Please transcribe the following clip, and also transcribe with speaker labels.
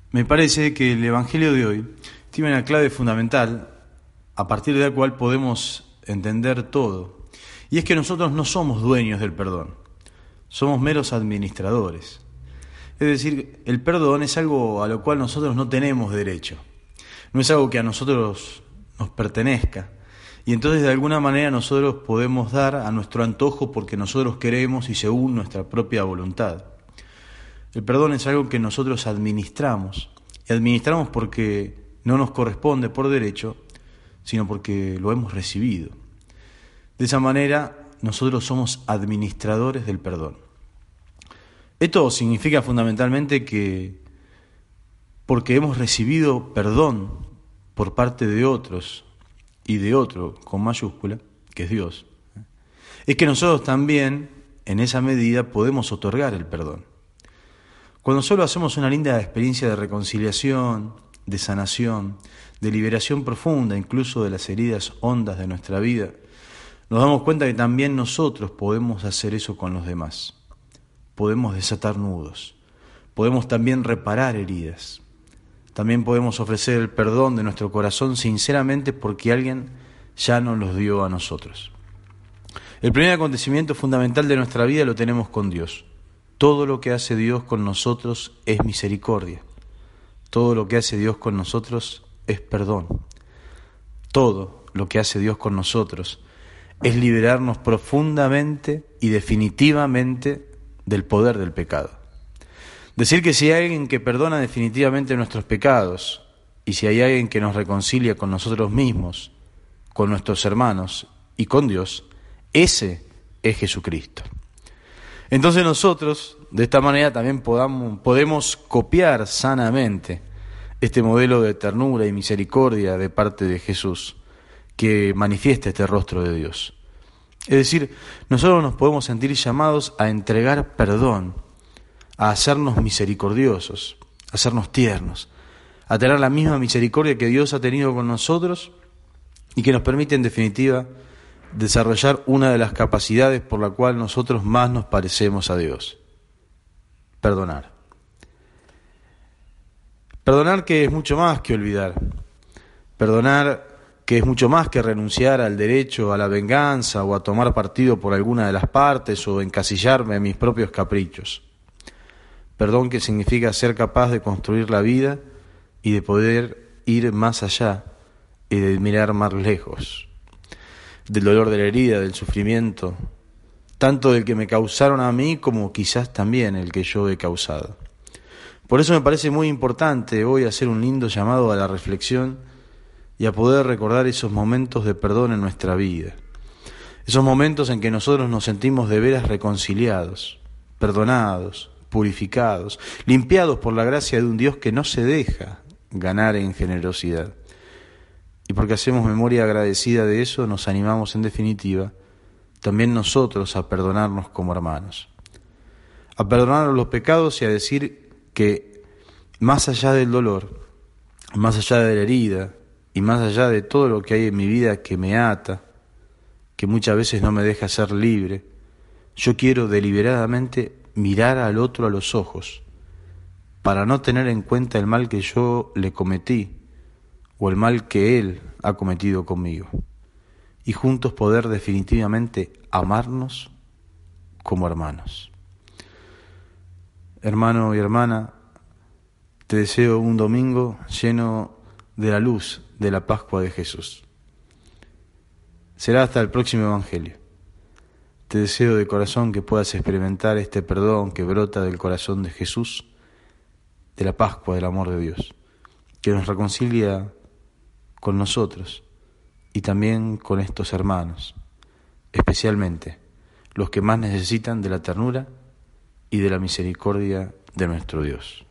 Speaker 1: Me parece que el Evangelio de hoy tiene una clave fundamental a partir de la cual podemos entender todo. Y es que nosotros no somos dueños del perdón, somos meros administradores. Es decir, el perdón es algo a lo cual nosotros no tenemos derecho, no es algo que a nosotros nos pertenezca. Y entonces de alguna manera nosotros podemos dar a nuestro antojo porque nosotros queremos y según nuestra propia voluntad. El perdón es algo que nosotros administramos, y administramos porque no nos corresponde por derecho, sino porque lo hemos recibido. De esa manera, nosotros somos administradores del perdón. Esto significa fundamentalmente que porque hemos recibido perdón por parte de otros, y de otro con mayúscula, que es Dios, es que nosotros también, en esa medida, podemos otorgar el perdón. Cuando solo hacemos una linda experiencia de reconciliación, de sanación, de liberación profunda, incluso de las heridas hondas de nuestra vida, nos damos cuenta que también nosotros podemos hacer eso con los demás. Podemos desatar nudos, podemos también reparar heridas, también podemos ofrecer el perdón de nuestro corazón sinceramente porque alguien ya nos los dio a nosotros. El primer acontecimiento fundamental de nuestra vida lo tenemos con Dios. Todo lo que hace Dios con nosotros es misericordia. Todo lo que hace Dios con nosotros es perdón. Todo lo que hace Dios con nosotros es liberarnos profundamente y definitivamente del poder del pecado. Decir que si hay alguien que perdona definitivamente nuestros pecados y si hay alguien que nos reconcilia con nosotros mismos, con nuestros hermanos y con Dios, ese es Jesucristo. Entonces nosotros, de esta manera, también podemos copiar sanamente este modelo de ternura y misericordia de parte de Jesús, que manifiesta este rostro de Dios. Es decir, nosotros nos podemos sentir llamados a entregar perdón, a hacernos misericordiosos, a hacernos tiernos, a tener la misma misericordia que Dios ha tenido con nosotros y que nos permite, en definitiva, desarrollar una de las capacidades por la cual nosotros más nos parecemos a Dios: perdonar. Perdonar que es mucho más que olvidar. Perdonar que es mucho más que renunciar al derecho a la venganza o a tomar partido por alguna de las partes o encasillarme en mis propios caprichos. Perdón que significa ser capaz de construir la vida y de poder ir más allá y de mirar más lejos del dolor de la herida, del sufrimiento, tanto del que me causaron a mí como quizás también el que yo he causado. Por eso me parece muy importante hoy hacer un lindo llamado a la reflexión y a poder recordar esos momentos de perdón en nuestra vida, esos momentos en que nosotros nos sentimos de veras reconciliados, perdonados, purificados, limpiados por la gracia de un Dios que no se deja ganar en generosidad. Y porque hacemos memoria agradecida de eso, nos animamos en definitiva también nosotros a perdonarnos como hermanos, a perdonar los pecados y a decir que más allá del dolor, más allá de la herida y más allá de todo lo que hay en mi vida que me ata, que muchas veces no me deja ser libre, yo quiero deliberadamente mirar al otro a los ojos para no tener en cuenta el mal que yo le cometí o el mal que él ha cometido conmigo, y juntos poder definitivamente amarnos como hermanos. Hermano y hermana, te deseo un domingo lleno de la luz de la Pascua de Jesús. Será hasta el próximo Evangelio. Te deseo de corazón que puedas experimentar este perdón que brota del corazón de Jesús, de la Pascua del amor de Dios, que nos reconcilia con nosotros y también con estos hermanos, especialmente los que más necesitan de la ternura y de la misericordia de nuestro Dios.